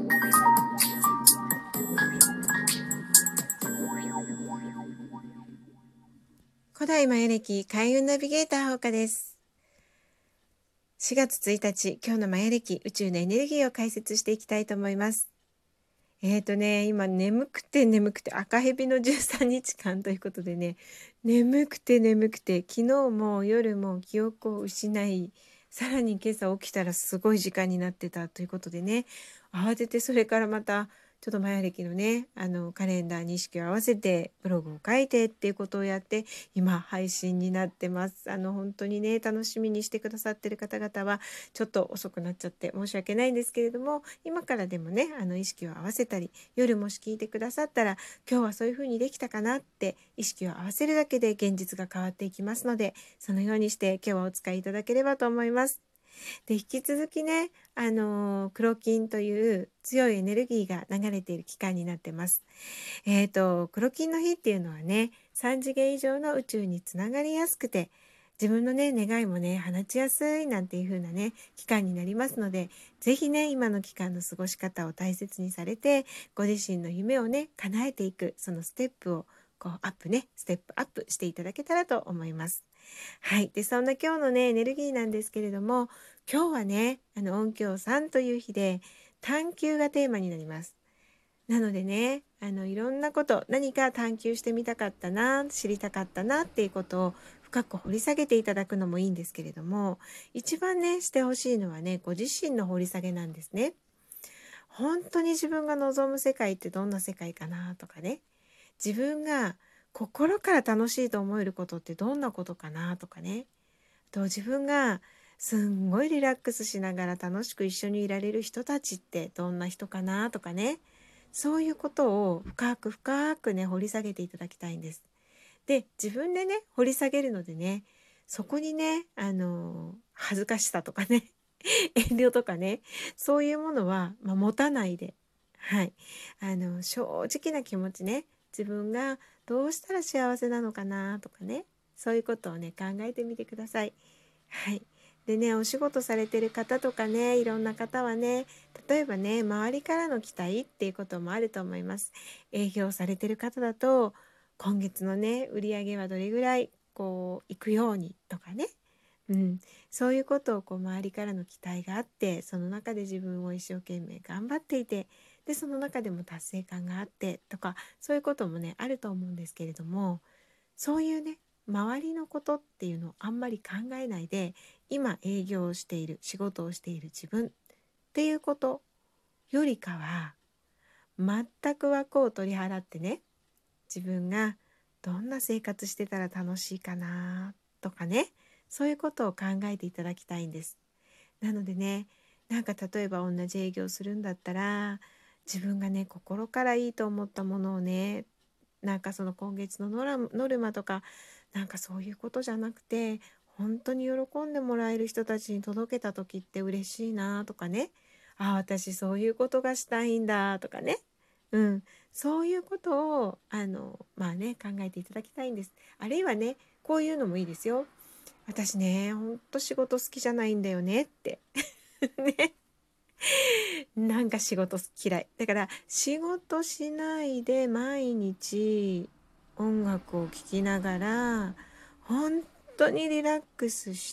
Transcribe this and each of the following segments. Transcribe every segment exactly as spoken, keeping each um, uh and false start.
古代マヤ暦開運ナビゲーターほうかです。しがつついたち、今日のマヤ暦宇宙のエネルギーを解説していきたいと思います。えーとね今眠くて眠くて赤蛇のじゅうさんにちかんということでね、眠くて眠くて昨日も夜も記憶を失い、さらに今朝起きたらすごい時間になってたということでね、慌ててそれからまたちょっとマヤ暦のねあのカレンダーに意識を合わせてブログを書いてっていうことをやって今配信になってます。あの本当にね楽しみにしてくださってる方々はちょっと遅くなっちゃって申し訳ないんですけれども、今からでもねあの意識を合わせたり、夜もし聞いてくださったら今日はそういう風にできたかなって意識を合わせるだけで現実が変わっていきますので、そのようにして今日はお使いいただければと思います。で引き続きね、あのー黒金という強いエネルギーが流れている期間になってます。えーと黒金の日っていうのはね、さん次元以上の宇宙につながりやすくて、自分のね願いもね放ちやすいなんていう風なね期間になりますので、ぜひね今の期間の過ごし方を大切にされて、ご自身の夢をね叶えていくそのステップをこうアップねステップアップしていただけたらと思います。はい。で、そんな今日のね、エネルギーなんですけれども、今日はね、あの、音響さんという日で、探求がテーマになります。なのでね、あの、いろんなこと、何か探求してみたかったな、知りたかったなっていうことを深く掘り下げていただくのもいいんですけれども、一番ね、してほしいのはね、ご自身の掘り下げなんですね。本当に自分が望む世界ってどんな世界かなとかね、自分が心から楽しいと思えることってどんなことかなとかね、と自分がすんごいリラックスしながら楽しく一緒にいられる人たちってどんな人かなとかね、そういうことを深く深くね掘り下げていただきたいんです。で自分でね掘り下げるのでね、そこにねあの恥ずかしさとかね遠慮とかね、そういうものは、まあ、持たないで、はい、あの正直な気持ちね、自分がどうしたら幸せなのかなとかね、そういうことをね考えてみてください。はい。でね、お仕事されてる方とかね、いろんな方はね、例えばね、周りからの期待っていうこともあると思います。営業されてる方だと、今月のね、売り上げはどれぐらいこう行くようにとかね、うん、そういうことをこう周りからの期待があって、その中で自分を一生懸命頑張っていて、でその中でも達成感があってとか、そういうこともねあると思うんですけれども、そういうね周りのことっていうのをあんまり考えないで、今営業をしている仕事をしている自分っていうことよりかは、全く枠を取り払ってね、自分がどんな生活してたら楽しいかなとかね、そういうことを考えていただきたいんです。なのでね、なんか例えば同じ営業するんだったら、自分がね心からいいと思ったものをね、なんかその今月のノラノルマとか、なんかそういうことじゃなくて、本当に喜んでもらえる人たちに届けた時って嬉しいなとかね、ああ私そういうことがしたいんだとかね、うん、そういうことをあのまあね考えていただきたいんです。あるいはねこういうのもいいですよ。私ねほんと仕事好きじゃないんだよねってね、なんか仕事嫌いだから、仕事しないで毎日音楽を聴きながら本当にリラックスして、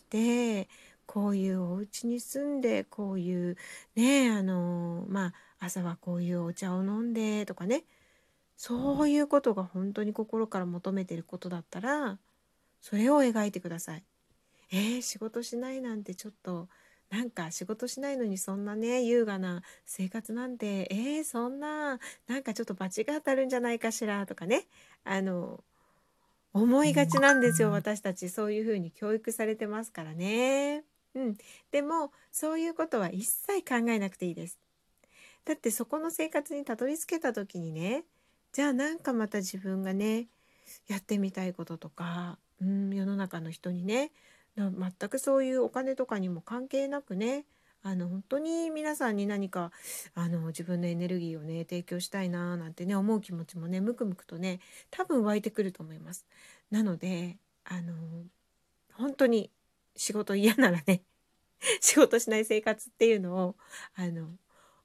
こういうお家に住んで、こういうねあのまあ朝はこういうお茶を飲んでとかね、そういうことが本当に心から求めてることだったら、それを描いてください。えー、仕事しないなんてちょっと、なんか仕事しないのにそんなね優雅な生活なんて、えー、そんな、なんかちょっと罰が当たるんじゃないかしらとかね、あの思いがちなんですよ。私たちそういうふうに教育されてますからね。うん、でもそういうことは一切考えなくていいです。だってそこの生活にたどり着けた時にね、じゃあなんかまた自分がねやってみたいこととか、うん、世の中の人にね、な全くそういうお金とかにも関係なくね、あの本当に皆さんに何かあの自分のエネルギーをね提供したいななんてね思う気持ちもねムクムクとね多分湧いてくると思います。なのであの本当に仕事嫌ならね仕事しない生活っていうのをあの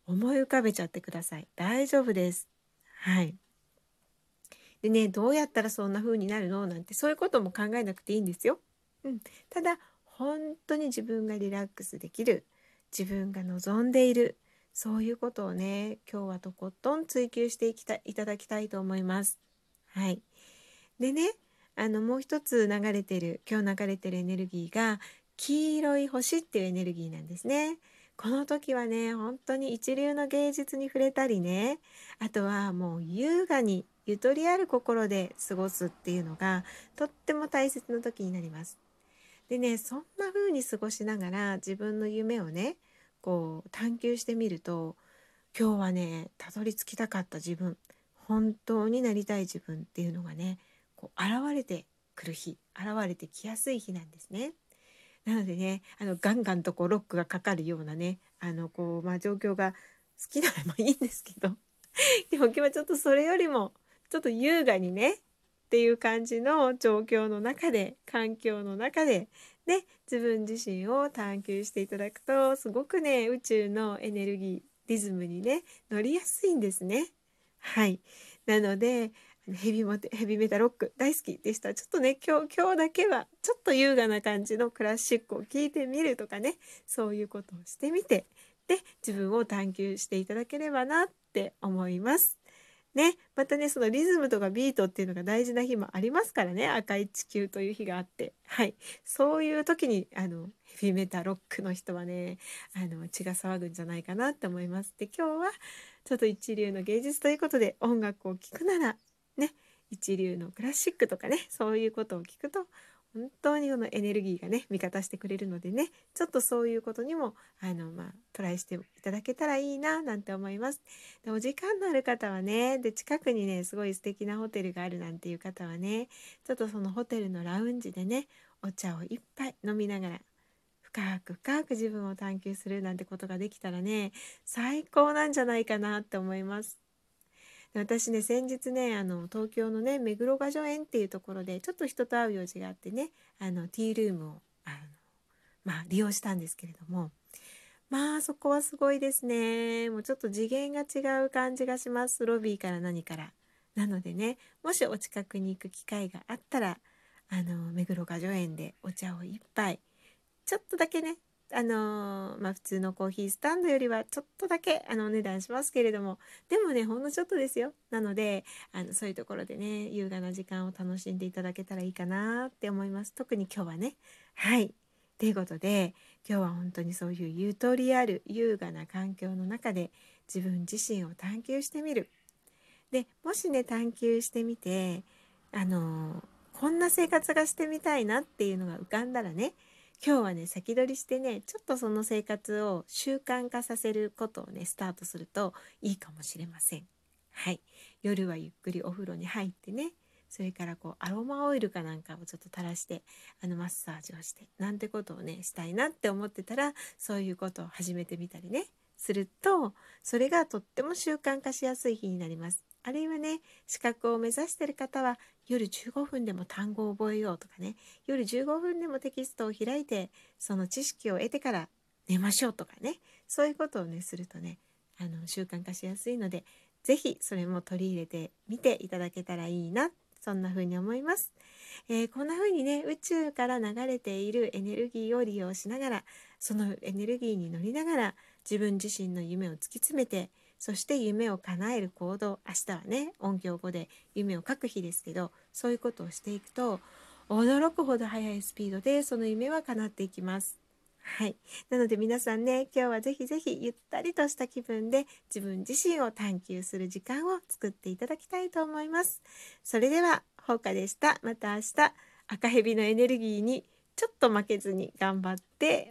思い浮かべちゃってください。大丈夫です。はい。でね、どうやったらそんな風になるのなんて、そういうことも考えなくていいんですよ。うん。ただ、本当に自分がリラックスできる、自分が望んでいる、そういうことをね、今日はとことん追求していきたい、いただきたいと思います。はい。でね、あの、もう一つ流れてる、今日流れてるエネルギーが、黄色い星っていうエネルギーなんですね。この時はね、本当に一流の芸術に触れたりね、あとはもう優雅にゆとりある心で過ごすっていうのがとっても大切な時になります。でね、そんな風に過ごしながら自分の夢をね、こう探求してみると、今日はね、たどり着きたかった自分、本当になりたい自分っていうのがね、こう現れてくる日、現れてきやすい日なんですね。なのでね、あのガンガンとこうロックがかかるようなね、あのこうまあ状況が好きならまあいいんですけど、でも今日はちょっとそれよりもちょっと優雅にねっていう感じの状況の中で、環境の中でね、自分自身を探求していただくと、すごくね、宇宙のエネルギーリズムにね乗りやすいんですね。はい。なのでヘビモテヘビメタロック大好きでしたら、ちょっとね、今日今日だけはちょっと優雅な感じのクラシックを聴いてみるとかね、そういうことをしてみて、で自分を探求していただければなって思います。ね、またね、そのリズムとかビートっていうのが大事な日もありますからね、赤い地球という日があって、はい、そういう時にあのヘビメタロックの人はね、あの血が騒ぐんじゃないかなって思います。で、今日はちょっと一流の芸術ということで音楽を聴くならね、一流のクラシックとかね、そういうことを聞くと本当にこのエネルギーがね味方してくれるのでね、ちょっとそういうことにもあのまあトライしていただけたらいいななんて思います。で、お時間のある方はね、で近くにねすごい素敵なホテルがあるなんていう方はね、ちょっとそのホテルのラウンジでね、お茶を一杯飲みながら深く深く自分を探求するなんてことができたらね、最高なんじゃないかなって思います。で、私ね、先日ね、あの東京のね目黒雅叙園っていうところでちょっと人と会う用事があってね、あのティールームをあの、まあ、利用したんですけれども、まあそこはすごいですね。もうちょっと次元が違う感じがします。ロビーから何から。なのでね、もしお近くに行く機会があったら、あの目黒雅叙園でお茶を一杯ちょっとだけね、あのーまあ普通のコーヒースタンドよりはちょっとだけあのお値段しますけれども、でもね、ほんのちょっとですよ。なので、あのそういうところでね、優雅な時間を楽しんでいただけたらいいかなって思います。特に今日はね。はい。ということで、今日は本当にそういうゆとりある優雅な環境の中で自分自身を探求してみる。で、もしね、探求してみて、あのーこんな生活がしてみたいなっていうのが浮かんだらね、今日はね、先取りしてね、ちょっとその生活を習慣化させることをね、スタートするといいかもしれません。はい。夜はゆっくりお風呂に入ってね、それからこうアロマオイルかなんかをちょっと垂らして、あのマッサージをして、なんてことをね、したいなって思ってたら、そういうことを始めてみたりね、すると、それがとっても習慣化しやすい日になります。あるいはね、資格を目指している方は、夜じゅうごふんでも単語を覚えようとかね、夜じゅうごふんでもテキストを開いて、その知識を得てから寝ましょうとかね、そういうことをね、するとね、あの習慣化しやすいので、ぜひそれも取り入れてみていただけたらいいな、そんな風に思います。えーこんな風にね、宇宙から流れているエネルギーを利用しながら、そのエネルギーに乗りながら、自分自身の夢を突き詰めて、そして夢を叶える行動、明日はね、音響後で夢を書く日ですけど、そういうことをしていくと、驚くほど速いスピードでその夢は叶っていきます。はい。なので皆さんね、今日はぜひぜひゆったりとした気分で自分自身を探求する時間を作っていただきたいと思います。それでは、ほうかでした。また明日、赤蛇のエネルギーにちょっと負けずに頑張って、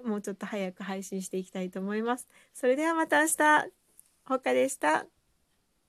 もうちょっと早く配信していきたいと思います。それではまた明日、ほうかでした。